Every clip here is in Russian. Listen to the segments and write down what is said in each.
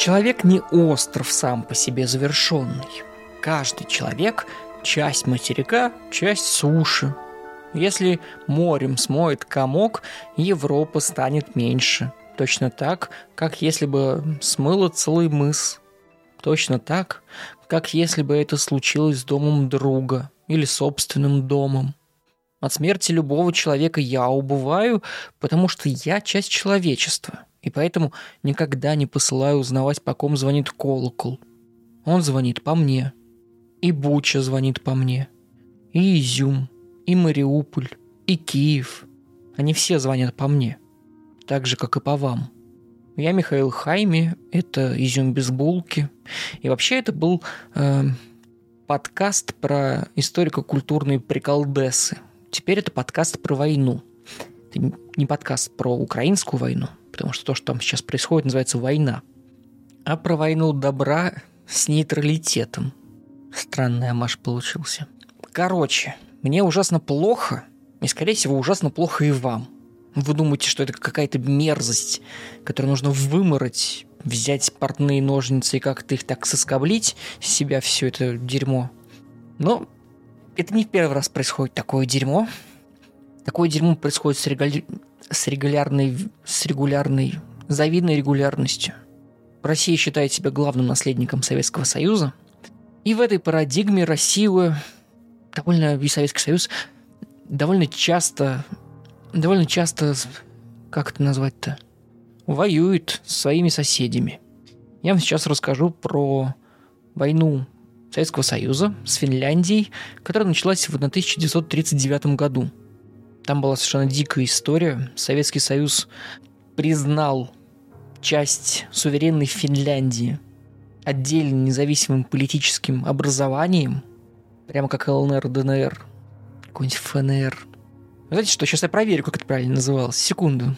Человек не остров сам по себе завершенный. Каждый человек – часть материка, часть суши. Если морем смоет комок, Европа станет меньше. Точно так, как если бы смыло целый мыс. Точно так, как если бы это случилось с домом друга или собственным домом. От смерти любого человека я убываю, потому что я часть человечества, и поэтому никогда не посылаю узнавать, по ком звонит колокол. Он звонит по мне. И Буча звонит по мне. И Изюм, и Мариуполь, и Киев. Они все звонят по мне. Так же, как и по вам. Я Михаил Хайми, это «Изюм без булки». И вообще это был подкаст про историко-культурные приколдесы. Теперь это подкаст про войну. Это не подкаст про украинскую войну, потому что то, что там сейчас происходит, называется война. А про войну добра с нейтралитетом. Странный амаш получился. Короче, мне ужасно плохо, и, скорее всего, ужасно плохо и вам. Вы думаете, что это какая-то мерзость, которую нужно вымороть, взять портные ножницы и как-то их так соскоблить с себя все это дерьмо. Но это не в первый раз происходит такое дерьмо. Такое дерьмо происходит с регулярной, завидной регулярностью. Россия считает себя главным наследником Советского Союза. И в этой парадигме Россия, и Советский Союз, довольно часто, как это назвать-то, воюет с своими соседями. Я вам сейчас расскажу про войну Советского Союза с Финляндией, которая началась в 1939 году. Там была совершенно дикая история. Советский Союз признал часть суверенной Финляндии отдельным независимым политическим образованием, прямо как ЛНР, ДНР, какой-нибудь ФНР. Знаете что, сейчас я проверю, как это правильно называлось. Секунду.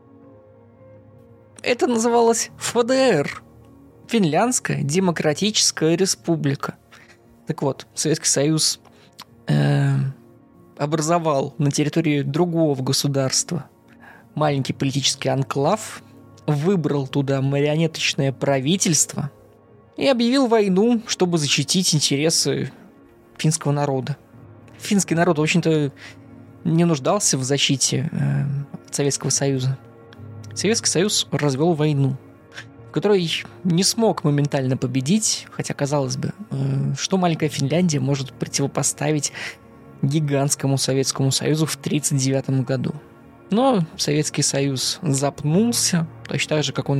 Это называлось ФДР. Финляндская Демократическая Республика. Так вот, Советский Союз образовал на территории другого государства маленький политический анклав, выбрал туда марионеточное правительство и объявил войну, чтобы защитить интересы финского народа. Финский народ, в общем-то, не нуждался в защите Советского Союза. Советский Союз развел войну, в которой не смог моментально победить, хотя, казалось бы, что маленькая Финляндия может противопоставить гигантскому Советскому Союзу в 1939 году. Но Советский Союз запнулся, точно так же, как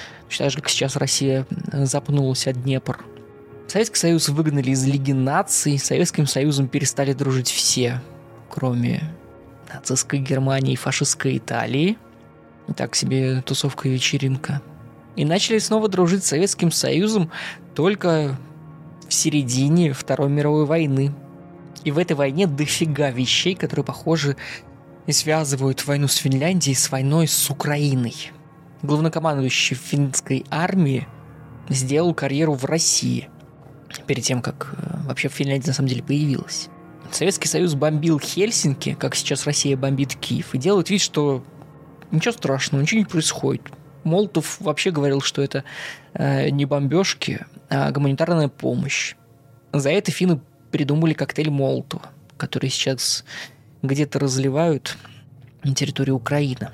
сейчас Россия запнулась от Днепр. Советский Союз выгнали из Лиги наций, с Советским Союзом перестали дружить все, кроме нацистской Германии и фашистской Италии. Так себе тусовка и вечеринка. И начали снова дружить с Советским Союзом только в середине Второй мировой войны. И в этой войне дофига вещей, которые похожи и связывают войну с Финляндией с войной с Украиной. Главнокомандующий финской армии сделал карьеру в России, перед тем, как вообще Финляндия на самом деле появилась. Советский Союз бомбил Хельсинки, как сейчас Россия бомбит Киев, и делает вид, что ничего страшного, ничего не происходит. Молотов вообще говорил, что это не бомбежки, а гуманитарная помощь. За это финны придумали коктейль Молотова, который сейчас где-то разливают на территории Украины.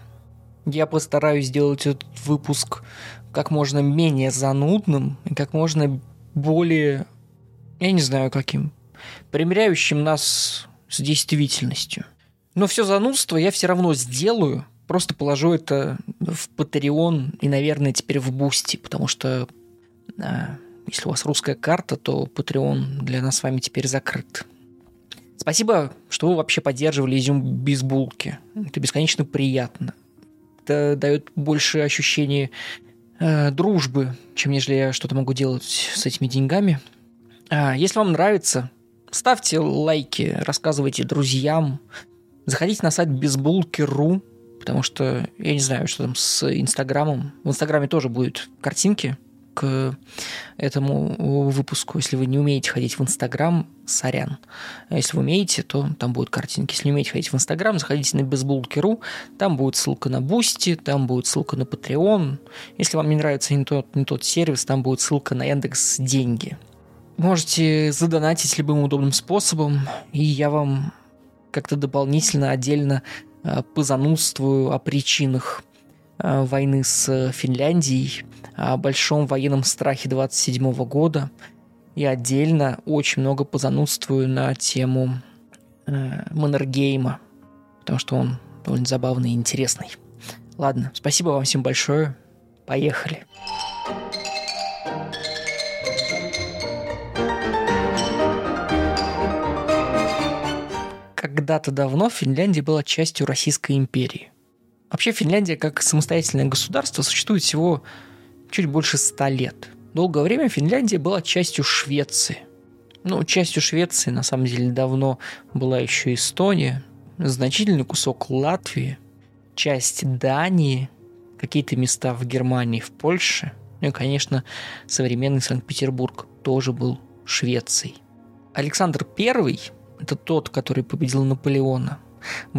Я постараюсь сделать этот выпуск как можно менее занудным и как можно более, я не знаю каким, примиряющим нас с действительностью. Но все занудство я все равно сделаю, просто положу это в Patreon и, наверное, теперь в Boosty, потому что если у вас русская карта, то Patreon для нас с вами теперь закрыт. Спасибо, что вы вообще поддерживали «Изюм без булки». Это бесконечно приятно. Это дает больше ощущения дружбы, чем нежели я что-то могу делать с этими деньгами. Если вам нравится, ставьте лайки, рассказывайте друзьям. Заходите на сайт безбулки.ру, потому что я не знаю, что там с Инстаграмом. В Инстаграме тоже будут картинки к этому выпуску. Если вы не умеете ходить в Инстаграм, сорян. А если вы умеете, то там будут картинки. Если не умеете ходить в Инстаграм, заходите на безбулки.ру, там будет ссылка на Бусти, там будет ссылка на Patreon. Если вам не нравится не тот сервис, там будет ссылка на Яндекс Деньги. Можете задонатить любым удобным способом, и я вам как-то дополнительно, отдельно позанудствую о причинах войны с Финляндией, о большом военном страхе 27 года. И отдельно очень много позанудствую на тему Маннергейма, потому что он довольно забавный и интересный. Ладно, спасибо вам всем большое. Поехали. Когда-то давно Финляндия была частью Российской империи. Вообще Финляндия как самостоятельное государство существует всего чуть больше 100 лет. Долгое время Финляндия была частью Швеции. Частью Швеции на самом деле давно была еще Эстония, значительный кусок Латвии, часть Дании, какие-то места в Германии, в Польше. И, конечно, современный Санкт-Петербург тоже был Швецией. Александр I, это тот, который победил Наполеона, в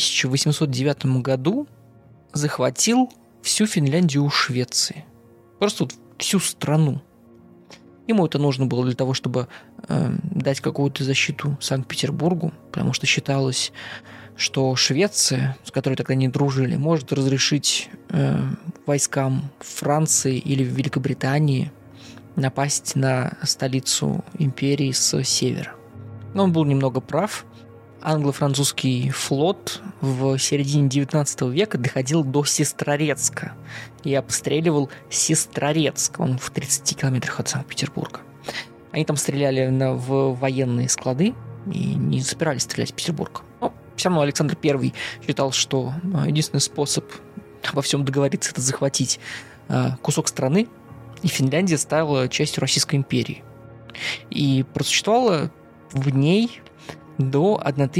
1809 году захватил всю Финляндию у Швеции. Просто всю страну. Ему это нужно было для того, чтобы дать какую-то защиту Санкт-Петербургу, потому что считалось, что Швеция, с которой тогда не дружили, может разрешить войскам Франции или Великобритании напасть на столицу империи с севера. Но он был немного прав. Англо-французский флот в середине 19 века доходил до Сестрорецка и обстреливал Сестрорецк. Он в 30 километрах от Санкт-Петербурга. Они там стреляли в военные склады и не собирались стрелять в Петербург. Но все равно Александр I считал, что единственный способ обо всем договориться – это захватить кусок страны, и Финляндия стала частью Российской империи. И просуществовала в ней до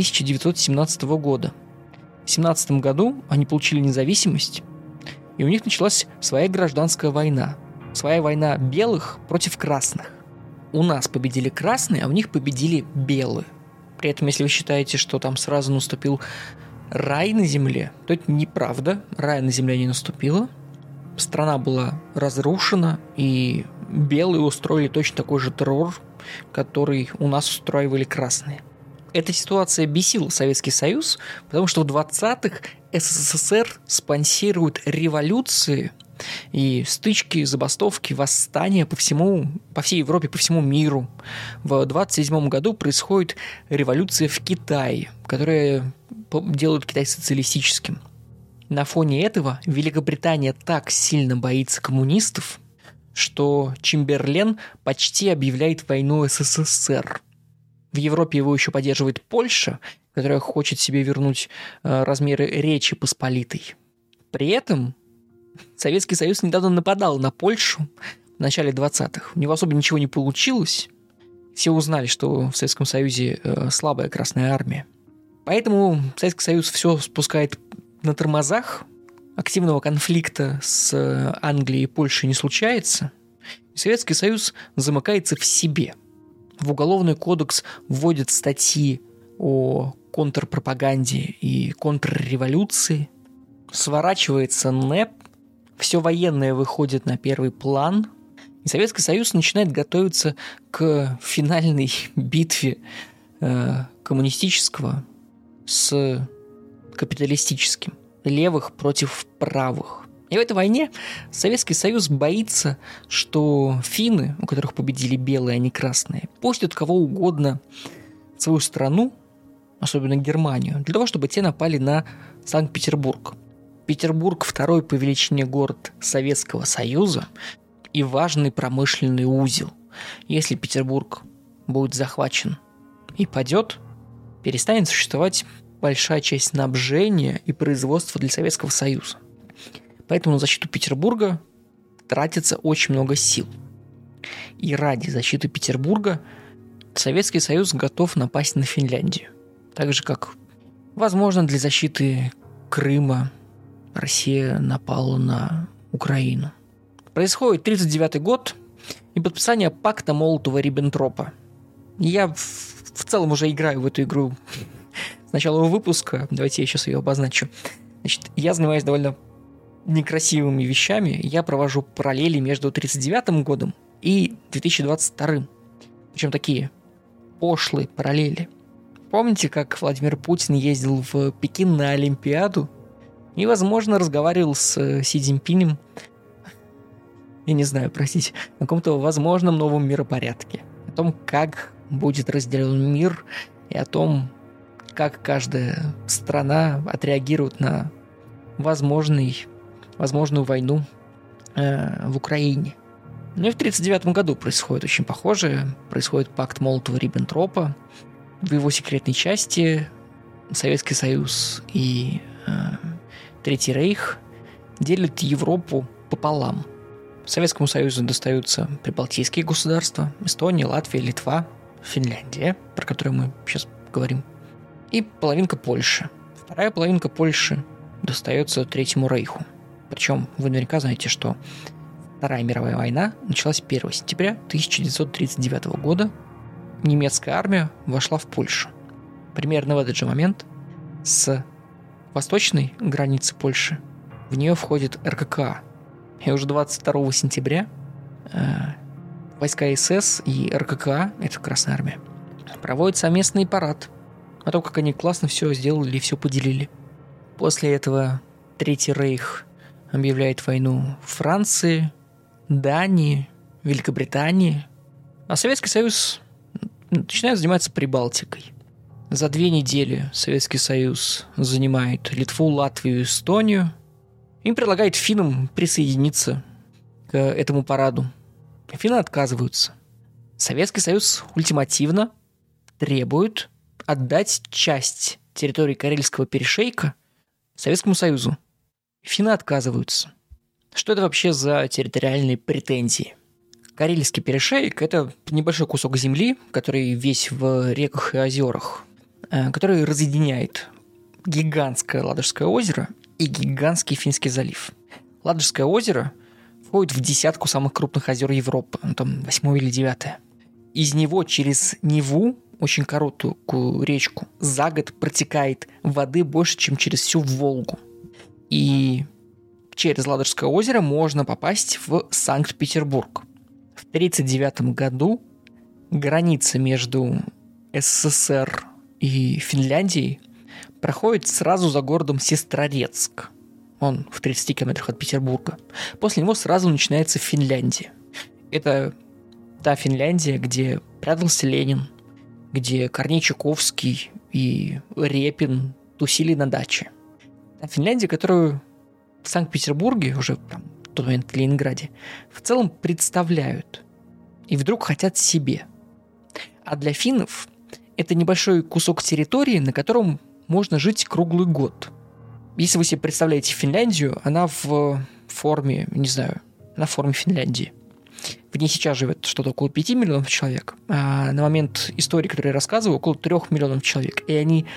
1917 года. В 1917 году они получили независимость, и у них началась своя гражданская война. Своя война белых против красных. У нас победили красные, а у них победили белые. При этом, если вы считаете, что там сразу наступил рай на земле, то это неправда. Рая на земле не наступило. Страна была разрушена, и белые устроили точно такой же террор, который у нас устраивали красные. Эта ситуация бесила Советский Союз, потому что в 20-х СССР спонсирует революции и стычки, забастовки, восстания по всей Европе, по всему миру. В 1927 году происходит революция в Китае, которая делает Китай социалистическим. На фоне этого Великобритания так сильно боится коммунистов, что Чемберлен почти объявляет войну СССР. В Европе его еще поддерживает Польша, которая хочет себе вернуть размеры Речи Посполитой. При этом Советский Союз недавно нападал на Польшу в начале 20-х. У него особо ничего не получилось. Все узнали, что в Советском Союзе слабая Красная Армия. Поэтому Советский Союз все спускает на тормозах. Активного конфликта с Англией и Польшей не случается. И Советский Союз замыкается в себе. В Уголовный кодекс вводят статьи о контрпропаганде и контрреволюции. Сворачивается НЭП. Все военное выходит на первый план. И Советский Союз начинает готовиться к финальной битве коммунистического с капиталистическим. Левых против правых. И в этой войне Советский Союз боится, что финны, у которых победили белые, а не красные, пустят кого угодно в свою страну, особенно Германию, для того, чтобы те напали на Санкт-Петербург. Петербург – второй по величине город Советского Союза и важный промышленный узел. Если Петербург будет захвачен и падет, перестанет существовать большая часть снабжения и производства для Советского Союза. Поэтому на защиту Петербурга тратится очень много сил. И ради защиты Петербурга Советский Союз готов напасть на Финляндию. Так же, как, возможно, для защиты Крыма Россия напала на Украину. Происходит 1939 год и подписание пакта Молотова-Риббентропа. Я в целом уже играю в эту игру с начала выпуска. Давайте я сейчас ее обозначу. Значит, я занимаюсь довольно некрасивыми вещами. Я провожу параллели между 1939 годом и 2022. Причем такие пошлые параллели. Помните, как Владимир Путин ездил в Пекин на Олимпиаду и, возможно, разговаривал с Си Цзиньпинем, я не знаю, простите, о каком-то возможном новом миропорядке, о том, как будет разделен мир и о том, как каждая страна отреагирует на возможную войну в Украине. Ну и в 1939 году происходит очень похожее. Происходит пакт Молотова-Риббентропа. В его секретной части Советский Союз и Третий Рейх делят Европу пополам. Советскому Союзу достаются прибалтийские государства: Эстония, Латвия, Литва, Финляндия, про которую мы сейчас говорим, и половинка Польши. Вторая половинка Польши достается Третьему Рейху. Причем вы наверняка знаете, что Вторая мировая война началась 1 сентября 1939 года. Немецкая армия вошла в Польшу. Примерно в этот же момент с восточной границы Польши в нее входит РККА. И уже 22 сентября войска СС и РККА, это Красная армия, проводят совместный парад о том, как они классно все сделали и все поделили. После этого Третий Рейх объявляет войну Франции, Дании, Великобритании, а Советский Союз начинает заниматься Прибалтикой. За 2 недели Советский Союз занимает Литву, Латвию, Эстонию и предлагает финнам присоединиться к этому параду. Финны отказываются. Советский Союз ультимативно требует отдать часть территории Карельского перешейка Советскому Союзу. Финны отказываются. Что это вообще за территориальные претензии? Карельский перешеек – это небольшой кусок земли, который весь в реках и озерах, который разъединяет гигантское Ладожское озеро и гигантский Финский залив. Ладожское озеро входит в 10 самых крупных озер Европы, там 8 или 9. Из него через Неву, очень короткую речку, за год протекает воды больше, чем через всю Волгу. И через Ладожское озеро можно попасть в Санкт-Петербург. В 1939 году граница между СССР и Финляндией проходит сразу за городом Сестрорецк. Он в 30 километрах от Петербурга. После него сразу начинается Финляндия. Это та Финляндия, где прятался Ленин, где Корней Чуковский и Репин тусили на даче. Та Финляндия, которую в Санкт-Петербурге, уже там, в тот момент в Ленинграде, в целом представляют и вдруг хотят себе. А для финнов это небольшой кусок территории, на котором можно жить круглый год. Если вы себе представляете Финляндию, она в форме, не знаю, на форме Финляндии. В ней сейчас живет что-то около 5 миллионов человек, а на момент истории, которую я рассказываю, около 3 миллионов человек. И они,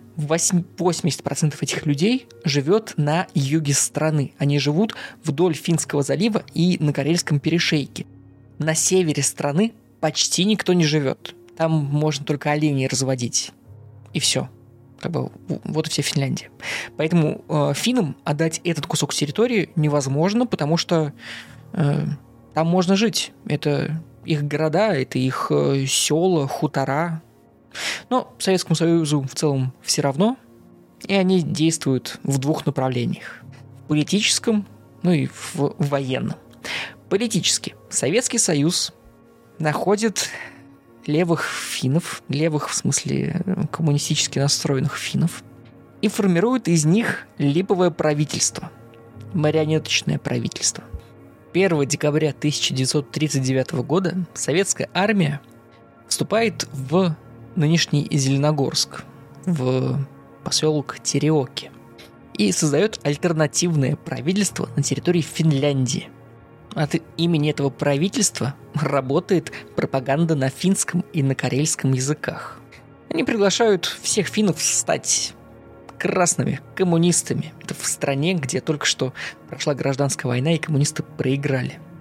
80% этих людей живет на юге страны. Они живут вдоль Финского залива и на Карельском перешейке. На севере страны почти никто не живет. Там можно только оленей разводить. И все. Как бы вот и вся Финляндия. Поэтому финнам отдать этот кусок территории невозможно, потому что там можно жить. Это их города, это их села, хутора. Но Советскому Союзу в целом все равно, и они действуют в 2 направлениях. В политическом, ну и в военном. Политически. Советский Союз находит левых финнов, левых в смысле коммунистически настроенных финнов, и формирует из них липовое правительство, марионеточное правительство. 1 декабря 1939 года советская армия вступает в нынешний Зеленогорск, в поселок Тереоки, и создает альтернативное правительство на территории Финляндии. От имени этого правительства работает пропаганда на финском и на карельском языках. Они приглашают всех финнов стать красными коммунистами. Это в стране, где только что прошла гражданская война, и коммунисты проиграли.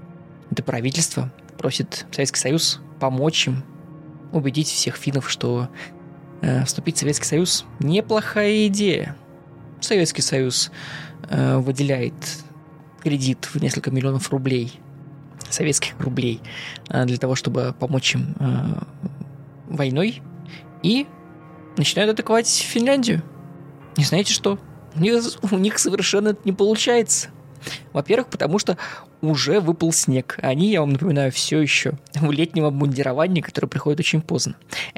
Это правительство просит Советский Союз помочь им убедить всех финнов, что вступить в Советский Союз – неплохая идея. Советский Союз выделяет кредит в несколько миллионов рублей, советских рублей, для того, чтобы помочь им войной, и начинают атаковать Финляндию. И знаете что? У них совершенно это не получается. Во-первых, потому что уже выпал снег. Они, я вам напоминаю, все еще в летнем обмундировании, которое приходит очень поздно.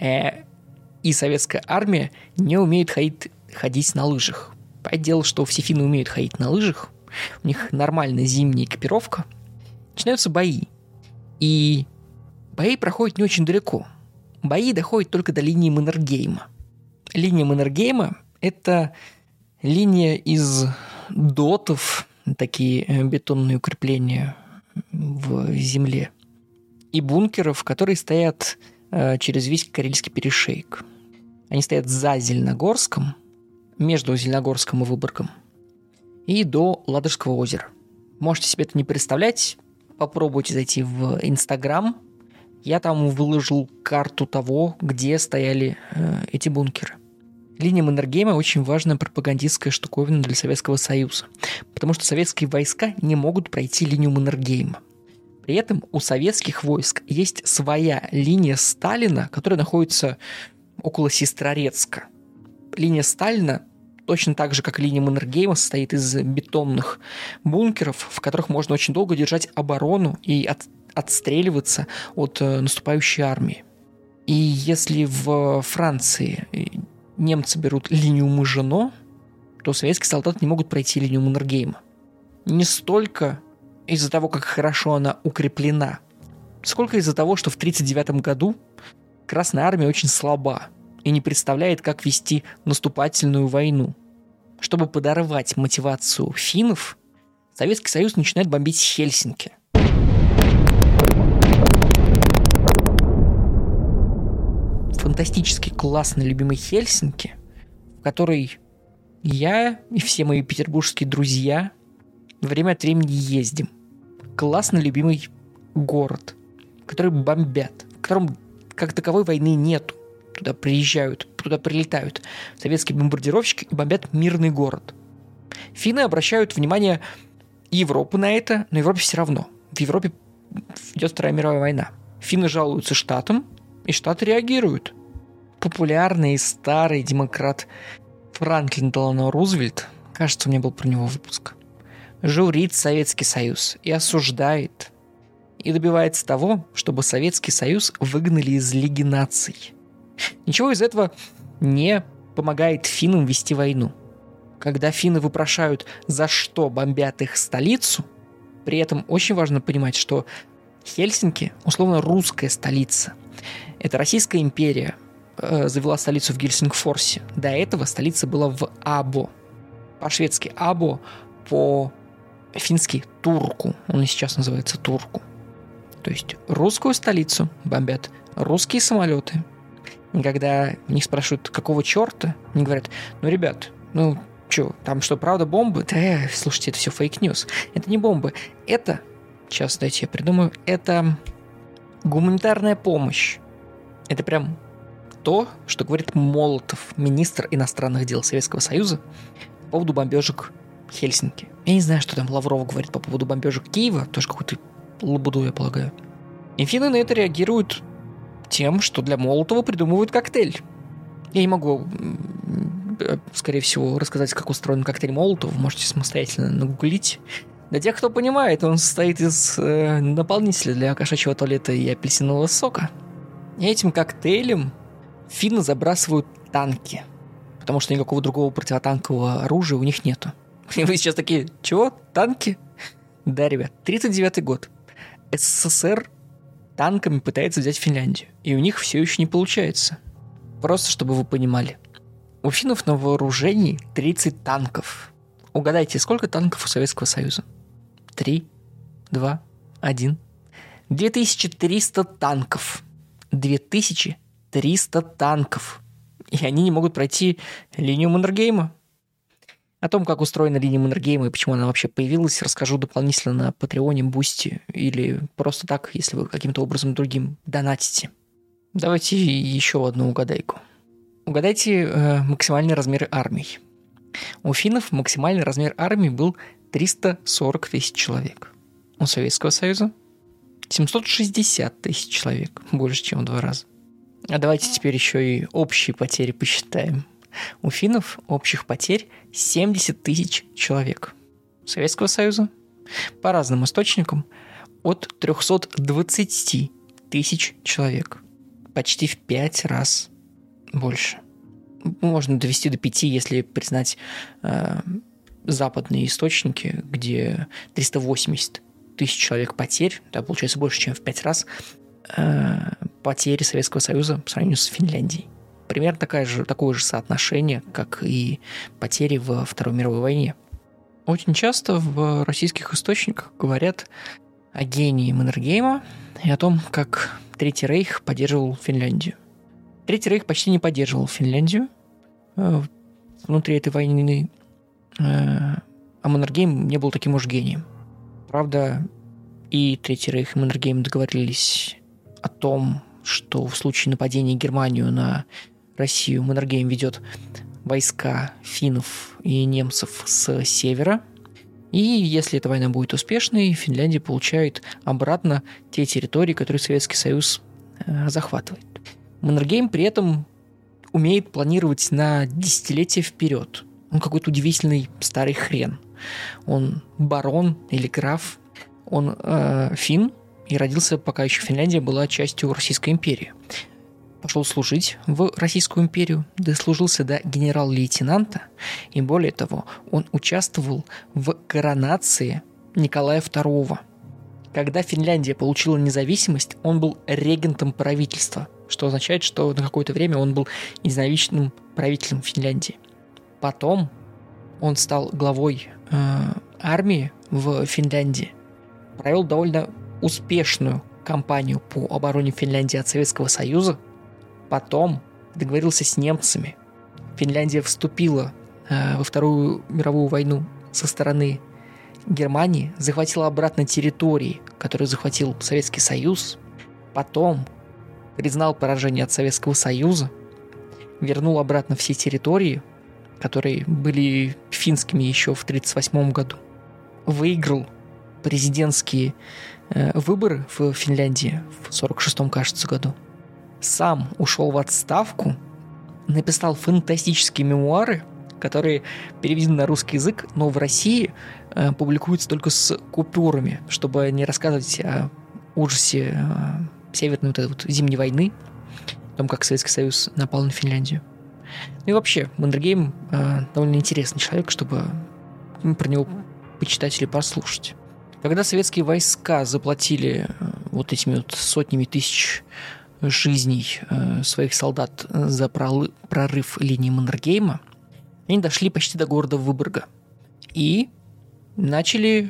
И советская армия не умеет ходить на лыжах. Понятное дело, что все финны умеют ходить на лыжах. У них нормальная зимняя экипировка. Начинаются бои. И бои проходят не очень далеко. Бои доходят только до линии Маннергейма. Линия Маннергейма – это линия из дотов, такие бетонные укрепления в земле, и бункеров, которые стоят через весь Карельский перешеек. Они стоят за Зеленогорском, между Зеленогорском и Выборгом, и до Ладожского озера. Можете себе это не представлять, попробуйте зайти в Инстаграм. Я там выложил карту того, где стояли эти бункеры. Линия Маннергейма очень важная пропагандистская штуковина для Советского Союза, потому что советские войска не могут пройти линию Маннергейма. При этом у советских войск есть своя линия Сталина, которая находится около Сестрорецка. Линия Сталина, точно так же, как и линия Маннергейма, состоит из бетонных бункеров, в которых можно очень долго держать оборону и отстреливаться от наступающей армии. И если в Франции немцы берут линию Мажино, то советские солдаты не могут пройти линию Маннергейма. Не столько из-за того, как хорошо она укреплена, сколько из-за того, что в 1939 году Красная Армия очень слаба и не представляет, как вести наступательную войну. Чтобы подорвать мотивацию финнов, Советский Союз начинает бомбить Хельсинки. Фантастически классный, любимый Хельсинки, в который я и все мои петербургские друзья время от времени ездим. Классный, любимый город, который бомбят, в котором как таковой войны нету. Туда приезжают, туда прилетают советские бомбардировщики и бомбят мирный город. Финны обращают внимание Европы на это, но Европе все равно. В Европе идет Вторая мировая война. Финны жалуются Штатам, и Штаты реагируют. Популярный старый демократ Франклин Делано Рузвельт, кажется, у меня был про него выпуск, журит Советский Союз и осуждает, и добивается того, чтобы Советский Союз выгнали из Лиги наций. Ничего из этого не помогает финнам вести войну. Когда финны вопрошают, за что бомбят их столицу, при этом очень важно понимать, что Хельсинки условно русская столица. Это Российская империя завела столицу в Гельсингфорсе. До этого столица была в Або. По-шведски Або, по-фински Турку. Он и сейчас называется Турку. То есть русскую столицу бомбят русские самолеты. И когда них спрашивают, какого черта, они говорят, ребят, что, там что, правда бомбы? Да, слушайте, это все фейк-ньюс. Это не бомбы. Это, сейчас, дайте я придумаю, это гуманитарная помощь. Это прям то, что говорит Молотов, министр иностранных дел Советского Союза, по поводу бомбежек Хельсинки. Я не знаю, что там Лавров говорит по поводу бомбежек Киева, тоже какую-то лабуду, я полагаю. И финны на это реагируют тем, что для Молотова придумывают коктейль. Я не могу, скорее всего, рассказать, как устроен коктейль Молотова, можете самостоятельно нагуглить. Для тех, кто понимает, он состоит из наполнителя для кошачьего туалета и апельсинового сока. И этим коктейлем финны забрасывают танки, потому что никакого другого противотанкового оружия у них нету. И вы сейчас такие, чего? Танки? Да, ребят, 1939 год. СССР танками пытается взять Финляндию, и у них все еще не получается. Просто чтобы вы понимали. У финнов на вооружении 30 танков. Угадайте, сколько танков у Советского Союза? 3, 2, 1. 2300 танков. 2300 танков. И они не могут пройти линию Маннергейма. О том, как устроена линия Маннергейма и почему она вообще появилась, расскажу дополнительно на Патреоне, Бусти или просто так, если вы каким-то образом другим донатите. Давайте еще одну угадайку. Угадайте максимальные размеры армий. У финнов максимальный размер армии был 340 тысяч человек. У Советского Союза 760 тысяч человек, больше, чем в 2 раза. А давайте теперь еще и общие потери посчитаем. У финнов общих потерь 70 тысяч человек. У Советского Союза, по разным источникам, от 320 тысяч человек. Почти в 5 раз больше. Можно довести до 5, если признать западные источники, где 380 тысяч человек потерь, да, получается больше, чем в 5 раз потери Советского Союза по сравнению с Финляндией. Примерно такое же соотношение, как и потери во Второй мировой войне. Очень часто в российских источниках говорят о гении Маннергейма и о том, как Третий Рейх поддерживал Финляндию. Третий Рейх почти не поддерживал Финляндию внутри этой войны, а Маннергейм не был таким уж гением. Правда, и Третий Рейх, и Маннергейм договорились о том, что в случае нападения Германию на Россию Маннергейм ведет войска финнов и немцев с севера. И если эта война будет успешной, Финляндия получает обратно те территории, которые Советский Союз захватывает. Маннергейм при этом умеет планировать на десятилетия вперед. Он какой-то удивительный старый хрен. Он барон или граф. Он финн и родился, пока еще Финляндия была частью Российской империи. Пошел служить в Российскую империю, дослужился до генерал-лейтенанта, и более того, он участвовал в коронации Николая II. Когда Финляндия получила независимость, он был регентом правительства, что означает, что на какое-то время он был единоличным правителем Финляндии. Потом он стал главой армии в Финляндии, провел довольно успешную кампанию по обороне Финляндии от Советского Союза. Потом договорился с немцами. Финляндия вступила во Вторую мировую войну со стороны Германии, захватила обратно территории, которые захватил Советский Союз. Потом признал поражение от Советского Союза, вернул обратно все территории, которые были финскими еще в 1938 году. Выиграл президентские выборы в Финляндии в 1946, кажется, году. Сам ушел в отставку, написал фантастические мемуары, которые переведены на русский язык, но в России публикуются только с купюрами, чтобы не рассказывать о ужасе Северной вот этой вот зимней войны, о том, как Советский Союз напал на Финляндию. Ну и вообще, Маннергейм довольно интересный человек, чтобы про него почитать или послушать. Когда советские войска заплатили вот этими вот сотнями тысяч жизней своих солдат за прорыв линии Маннергейма, они дошли почти до города Выборга и начали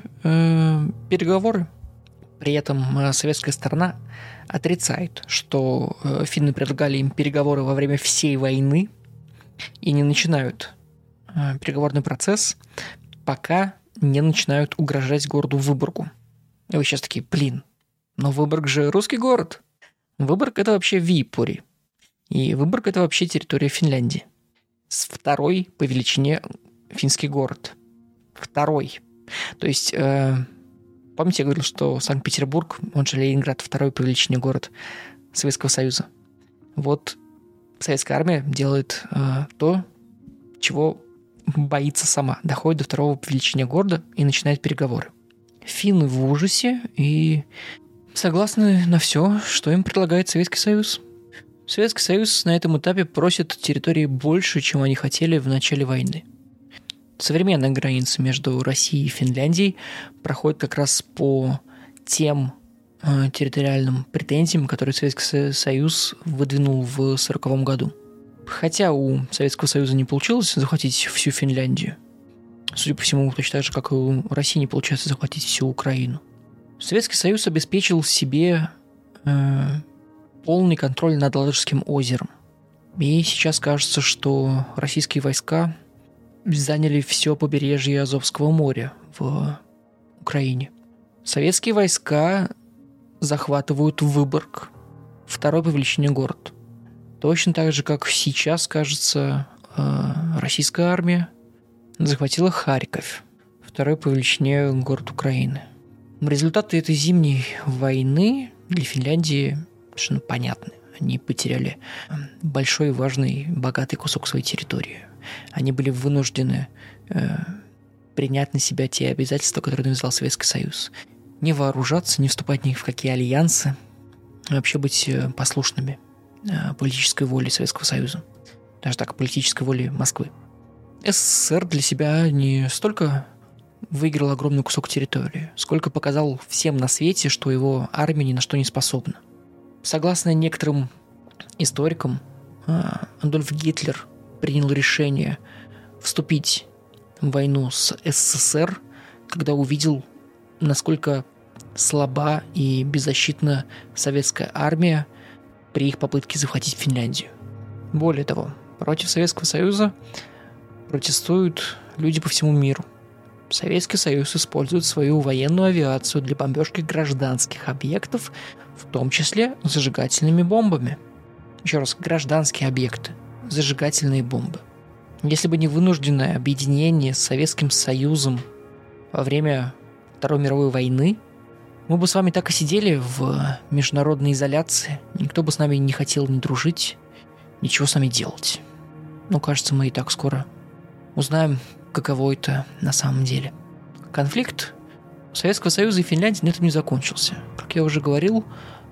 переговоры. При этом советская сторона отрицает, что финны предлагали им переговоры во время всей войны и не начинают переговорный процесс, пока не начинают угрожать городу Выборгу. И вы сейчас такие, но Выборг же русский город. Выборг — это вообще Виипори. И Выборг — это вообще территория Финляндии. Второй по величине финский город. Второй. То есть, помните, я говорил, что Санкт-Петербург, он же Ленинград, второй по величине город Советского Союза. Вот советская армия делает то, чего боится сама. Доходит до второго по величине города и начинает переговоры. Финны в ужасе и согласны на все, что им предлагает Советский Союз. Советский Союз на этом этапе просит территории больше, чем они хотели в начале войны. Современная граница между Россией и Финляндией проходит как раз по тем территориальным претензиям, которые Советский Союз выдвинул в 1940 году. Хотя у Советского Союза не получилось захватить всю Финляндию, судя по всему, точно так же, как и у России не получается захватить всю Украину, Советский Союз обеспечил себе полный контроль над Ладожским озером. И сейчас кажется, что российские войска заняли все побережье Азовского моря в Украине. Советские войска захватывают Выборг, второй по величине город. Точно так же, как сейчас, кажется, российская армия захватила Харьков, второй по величине город Украины. Результаты этой зимней войны для Финляндии совершенно понятны. Они потеряли большой, важный, богатый кусок своей территории. Они были вынуждены принять на себя те обязательства, которые навязал Советский Союз. Не вооружаться, не вступать ни в какие альянсы, а вообще быть послушными политической воле Советского Союза. Даже так, политической воле Москвы. СССР для себя не столько выиграл огромный кусок территории, сколько показал всем на свете, что его армия ни на что не способна. Согласно некоторым историкам, Адольф Гитлер принял решение вступить в войну с СССР, когда увидел, насколько слаба и беззащитна советская армия при их попытке захватить Финляндию. Более того, против Советского Союза протестуют люди по всему миру. Советский Союз использует свою военную авиацию для бомбежки гражданских объектов, в том числе зажигательными бомбами. Еще раз, гражданские объекты, зажигательные бомбы. Если бы не вынужденное объединение с Советским Союзом во время Второй мировой войны, мы бы с вами так и сидели в международной изоляции. Никто бы с нами не хотел ни дружить, ничего с нами делать. Но, кажется, мы и так скоро узнаем, каково это на самом деле. Конфликт Советского Союза и Финляндии на этом не закончился. Как я уже говорил,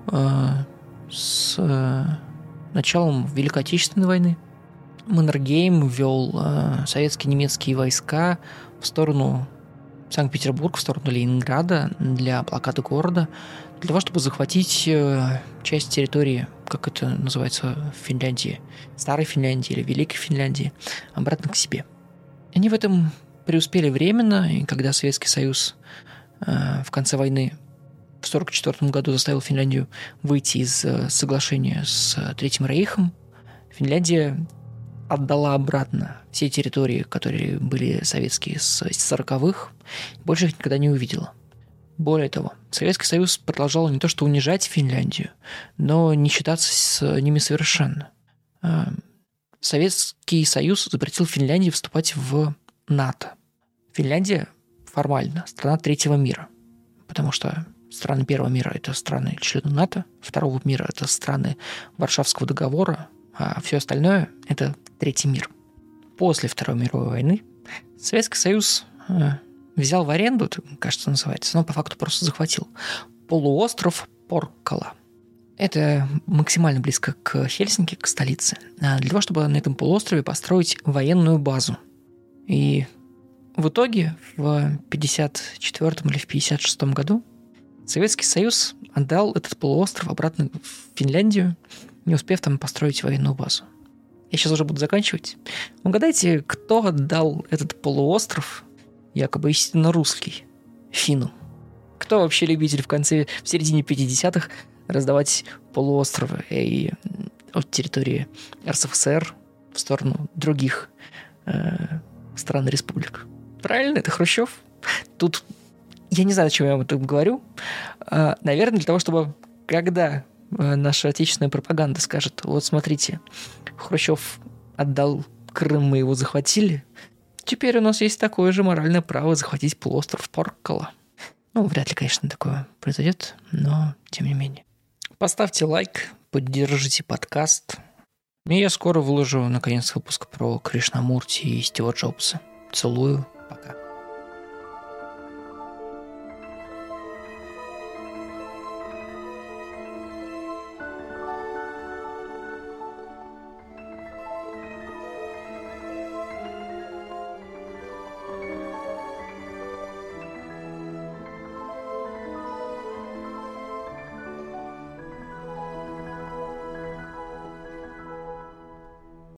с началом Великой Отечественной войны Маннергейм ввел советские и немецкие войска в сторону Санкт-Петербурга, в сторону Ленинграда для блокады города, для того, чтобы захватить часть территории, как это называется в Финляндии, Старой Финляндии или Великой Финляндии, обратно к себе. Они в этом преуспели временно, и когда Советский Союз в конце войны в 1944 году заставил Финляндию выйти из соглашения с Третьим Рейхом, Финляндия отдала обратно все территории, которые были советские с 40-х, больше их никогда не увидела. Более того, Советский Союз продолжал не то что унижать Финляндию, но не считаться с ними совершенно. Советский Союз запретил Финляндии вступать в НАТО. Финляндия формально страна третьего мира, потому что страны первого мира – это страны члены НАТО, второго мира – это страны Варшавского договора, а все остальное – это третий мир. После Второй мировой войны Советский Союз взял в аренду, это, кажется, называется, но по факту просто захватил полуостров Порккала. Это максимально близко к Хельсинки, к столице, для того, чтобы на этом полуострове построить военную базу. И в итоге в 1954 или в 1956 году Советский Союз отдал этот полуостров обратно в Финляндию, не успев там построить военную базу. Я сейчас уже буду заканчивать. Угадайте, кто отдал этот полуостров, якобы истинно русский, финнам? Кто вообще любитель в середине 50-х раздавать полуостровы и от территории РСФСР в сторону других стран и республик? Правильно, это Хрущев. Тут я не знаю, зачем я вам это говорю. Наверное, для того, чтобы когда наша отечественная пропаганда скажет: вот смотрите, Хрущев отдал Крым, мы его захватили, теперь у нас есть такое же моральное право захватить полуостров Порккала. Ну, вряд ли, конечно, такое произойдет, но тем не менее. Поставьте лайк, поддержите подкаст. И я скоро выложу, наконец, выпуск про Кришнамурти и Стива Джобса. Целую, пока.